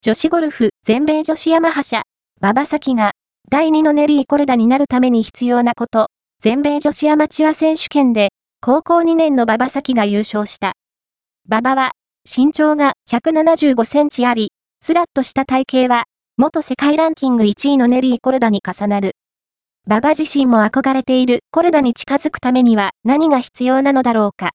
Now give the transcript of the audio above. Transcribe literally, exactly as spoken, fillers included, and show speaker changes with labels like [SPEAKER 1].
[SPEAKER 1] 女子ゴルフ全米女子ヤマハ社、馬場咲希が、だいにのネリー・コルダになるために必要なこと、全米女子アマチュア選手権で、高校にねんの馬場咲希が優勝した。馬場は、身長がひゃくななじゅうごセンチあり、スラッとした体型は、元世界ランキングいちいのネリー・コルダに重なる。馬場自身も憧れているコルダに近づくためには何が必要なのだろうか。